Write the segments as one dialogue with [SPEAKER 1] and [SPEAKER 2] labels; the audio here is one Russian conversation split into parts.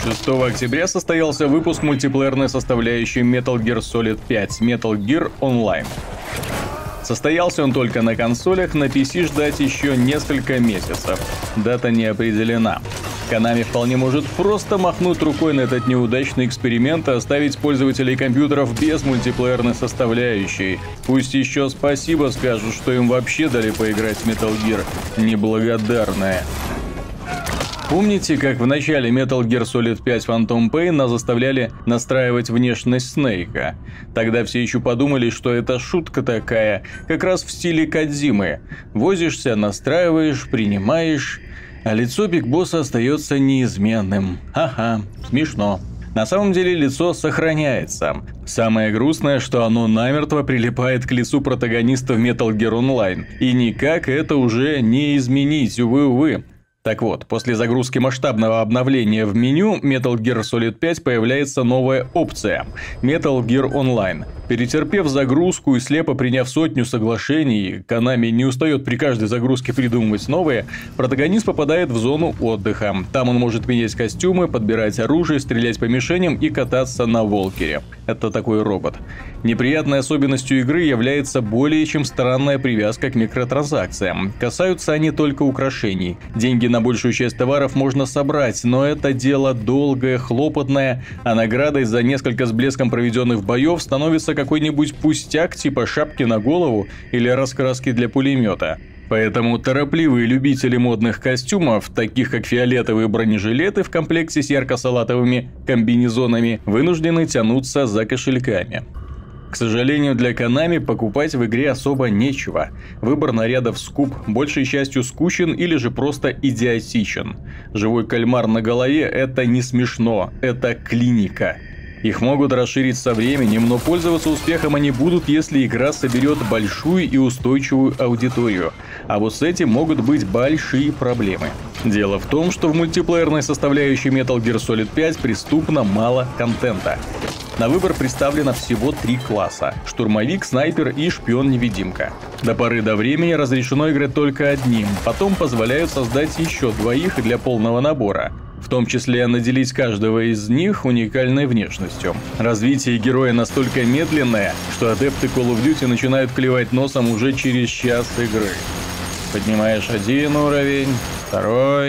[SPEAKER 1] 6 октября состоялся выпуск мультиплеерной составляющей Metal Gear Solid 5 Metal Gear Online. Состоялся он только на консолях, на PC ждать еще несколько месяцев. Дата не определена. Konami вполне может просто махнуть рукой на этот неудачный эксперимент и оставить пользователей компьютеров без мультиплеерной составляющей. Пусть еще спасибо скажут, что им вообще дали поиграть в Metal Gear. Неблагодарные. Помните, как в начале Metal Gear Solid 5 Phantom Pain нас заставляли настраивать внешность Снейка? Тогда все еще подумали, что это шутка такая, как раз в стиле Кодзимы. Возишься, настраиваешь, принимаешь, а лицо Биг Босса остается неизменным. Ха-ха, смешно. На самом деле лицо сохраняется. Самое грустное, что оно намертво прилипает к лицу протагониста в Metal Gear Online. И никак это уже не изменить, увы. Так вот, после загрузки масштабного обновления в меню Metal Gear Solid 5 появляется новая опция – Metal Gear Online. Перетерпев загрузку и слепо приняв сотню соглашений, Konami не устает при каждой загрузке придумывать новые, протагонист попадает в зону отдыха. Там он может менять костюмы, подбирать оружие, стрелять по мишеням и кататься на Волкере. Это такой робот. Неприятной особенностью игры является более чем странная привязка к микротранзакциям. Касаются они только украшений. Деньги на большую часть товаров можно собрать, но это дело долгое, хлопотное, а наградой за несколько с блеском проведенных боев становится какой-нибудь пустяк типа шапки на голову или раскраски для пулемета. Поэтому торопливые любители модных костюмов, таких как фиолетовые бронежилеты в комплекте с ярко-салатовыми комбинезонами, вынуждены тянуться за кошельками. К сожалению, для Konami покупать в игре особо нечего. Выбор нарядов скуп, большей частью скучен или же просто идиотичен. Живой кальмар на голове – это не смешно, это клиника. Их могут расширить со временем, но пользоваться успехом они будут, если игра соберет большую и устойчивую аудиторию. А вот с этим могут быть большие проблемы. Дело в том, что в мультиплеерной составляющей Metal Gear Solid 5 преступно мало контента. На выбор представлено всего 3 класса – штурмовик, снайпер и шпион-невидимка. До поры до времени разрешено играть только одним, потом позволяют создать еще 2 для полного набора. В том числе наделить каждого из них уникальной внешностью. Развитие героя настолько медленное, что адепты Call of Duty начинают клевать носом уже через час игры. Поднимаешь 1 уровень, 2,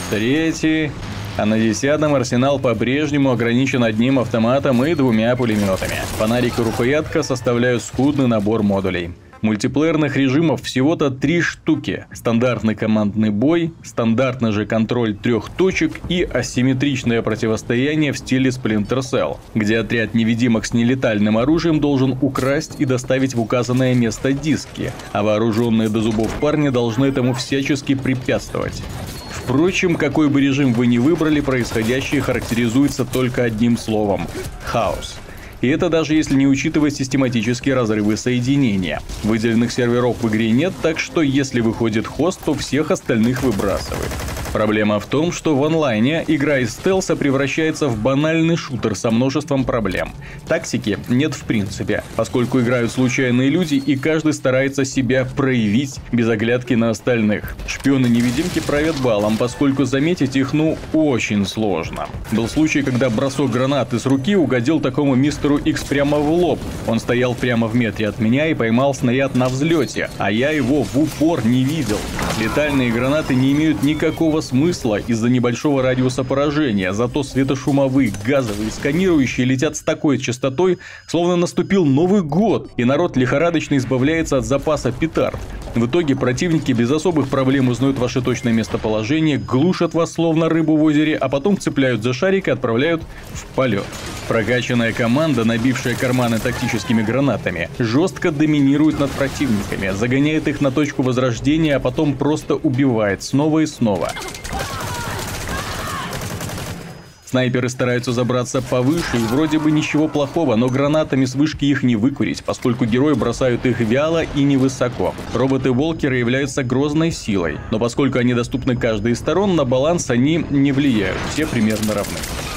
[SPEAKER 1] 3, а на 10-м арсенал по-прежнему ограничен 1 автоматом и 2 пулеметами. Фонарик и рукоятка составляют скудный набор модулей. Мультиплеерных режимов всего-то 3 штуки. Стандартный командный бой, стандартный же контроль 3 точек и асимметричное противостояние в стиле Splinter Cell, где отряд невидимок с нелетальным оружием должен украсть и доставить в указанное место диски, а вооруженные до зубов парни должны этому всячески препятствовать. Впрочем, какой бы режим вы ни выбрали, происходящее характеризуется только одним словом – хаос. И это даже если не учитывать систематические разрывы соединения. Выделенных серверов в игре нет, так что если выходит хост, то всех остальных выбрасывает. Проблема в том, что в онлайне игра из стелса превращается в банальный шутер со множеством проблем. Тактики нет в принципе, поскольку играют случайные люди и каждый старается себя проявить без оглядки на остальных. Шпионы-невидимки правят балом, поскольку заметить их очень сложно. Был случай, когда бросок гранаты с руки угодил такому мистеру Икс прямо в лоб. Он стоял прямо в метре от меня и поймал снаряд на взлете, а я его в упор не видел. Летальные гранаты не имеют никакого смысла из-за небольшого радиуса поражения, зато светошумовые, газовые, сканирующие летят с такой частотой, словно наступил Новый год, и народ лихорадочно избавляется от запаса петард. В итоге противники без особых проблем узнают ваше точное местоположение, глушат вас словно рыбу в озере, а потом цепляют за шарик и отправляют в полет. Прокачанная команда, набившая карманы тактическими гранатами, жестко доминирует над противниками, загоняет их на точку возрождения, а потом просто убивает снова и снова. Снайперы стараются забраться повыше, и вроде бы ничего плохого, но гранатами с вышки их не выкурить, поскольку герои бросают их вяло и невысоко. Роботы-волкеры являются грозной силой, но поскольку они доступны каждой из сторон, на баланс они не влияют, все примерно равны.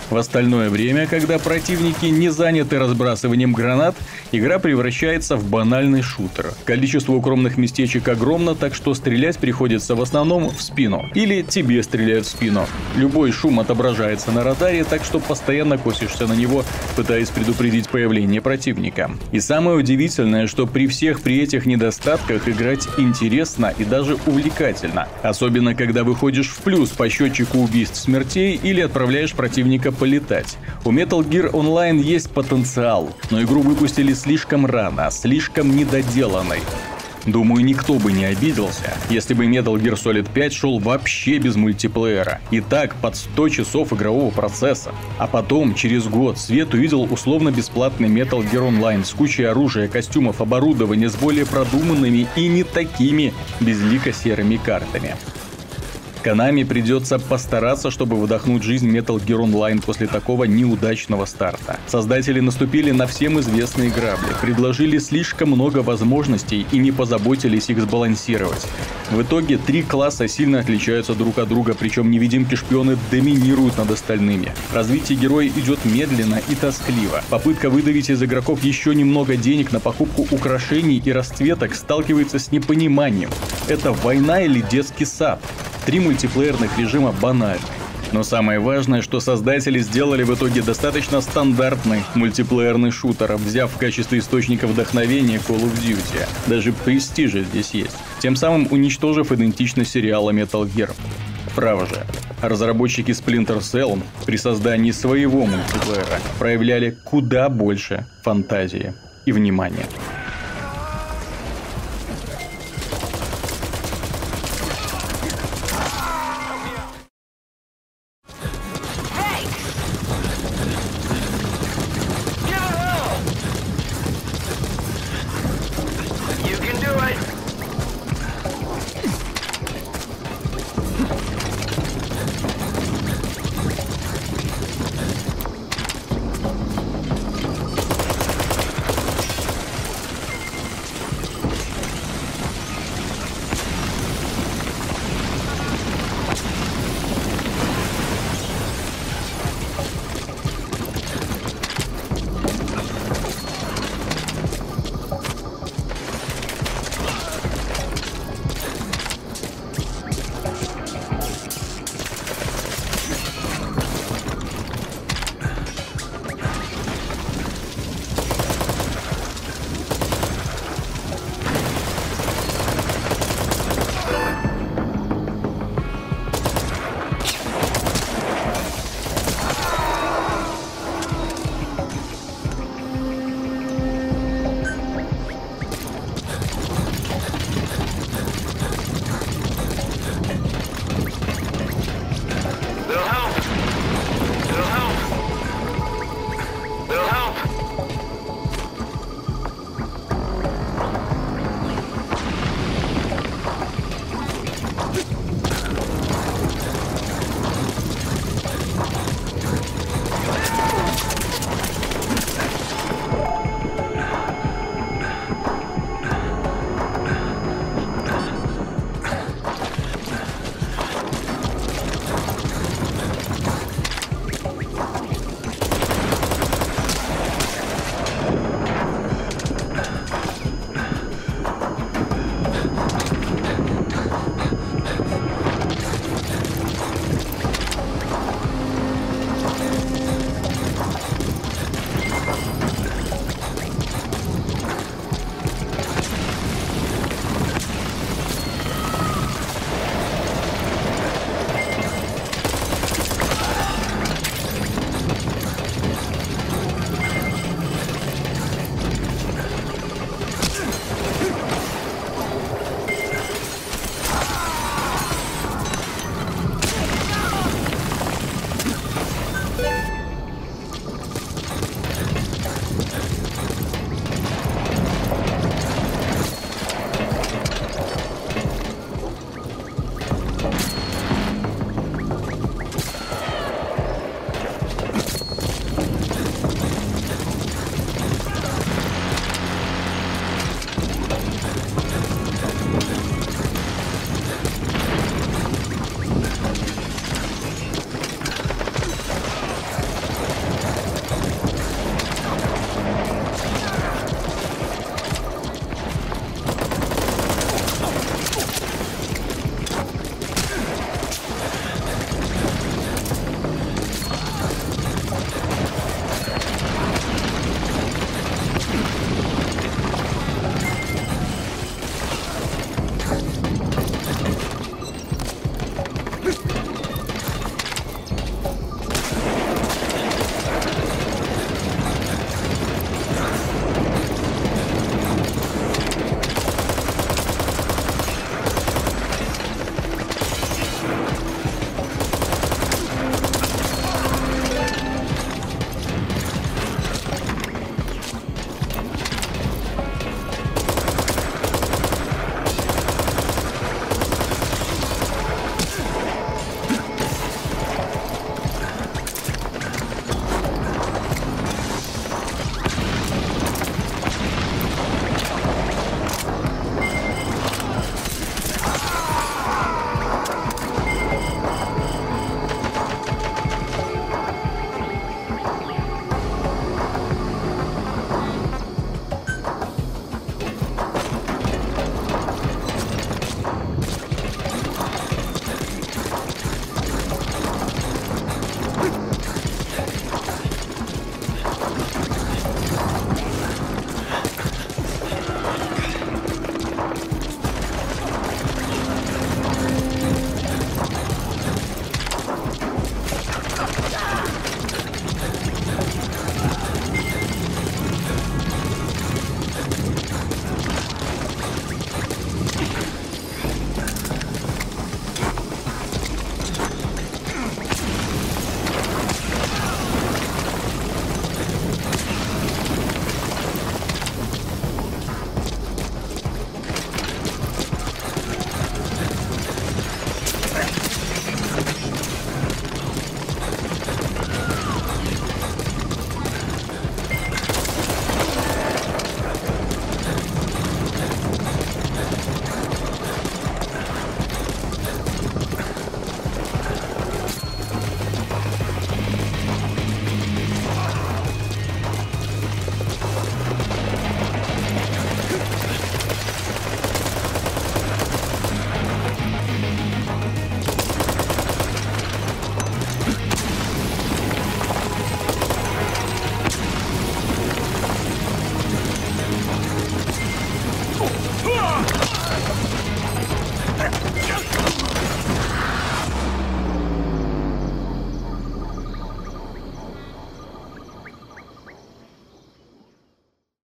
[SPEAKER 1] В остальное время, когда противники не заняты разбрасыванием гранат, игра превращается в банальный шутер. Количество укромных местечек огромно, так что стрелять приходится в основном в спину. Или тебе стреляют в спину. Любой шум отображается на радаре, так что постоянно косишься на него, пытаясь предупредить появление противника. И самое удивительное, что при всех этих недостатках играть интересно и даже увлекательно. Особенно, когда выходишь в плюс по счетчику убийств, смертей или отправляешь противника полетать. У Metal Gear Online есть потенциал, но игру выпустили слишком рано, слишком недоделанной. Думаю, никто бы не обиделся, если бы Metal Gear Solid 5 шел вообще без мультиплеера. И так под 100 часов игрового процесса. А потом, через год, свет увидел условно-бесплатный Metal Gear Online с кучей оружия, костюмов, оборудования, с более продуманными и не такими безлико-серыми картами. Konami придется постараться, чтобы вдохнуть жизнь Metal Gear Online после такого неудачного старта. Создатели наступили на всем известные грабли, предложили слишком много возможностей и не позаботились их сбалансировать. В итоге 3 класса сильно отличаются друг от друга, причем невидимки-шпионы доминируют над остальными. Развитие героя идет медленно и тоскливо. Попытка выдавить из игроков еще немного денег на покупку украшений и расцветок сталкивается с непониманием. Это война или детский сад? 3 мультиплеерных режима банальны. Но самое важное, что создатели сделали в итоге достаточно стандартный мультиплеерный шутер, взяв в качестве источника вдохновения Call of Duty. Даже престижа здесь есть. Тем самым уничтожив идентичность сериала Metal Gear. Право же, разработчики Splinter Cell при создании своего мультиплеера проявляли куда больше фантазии и внимания.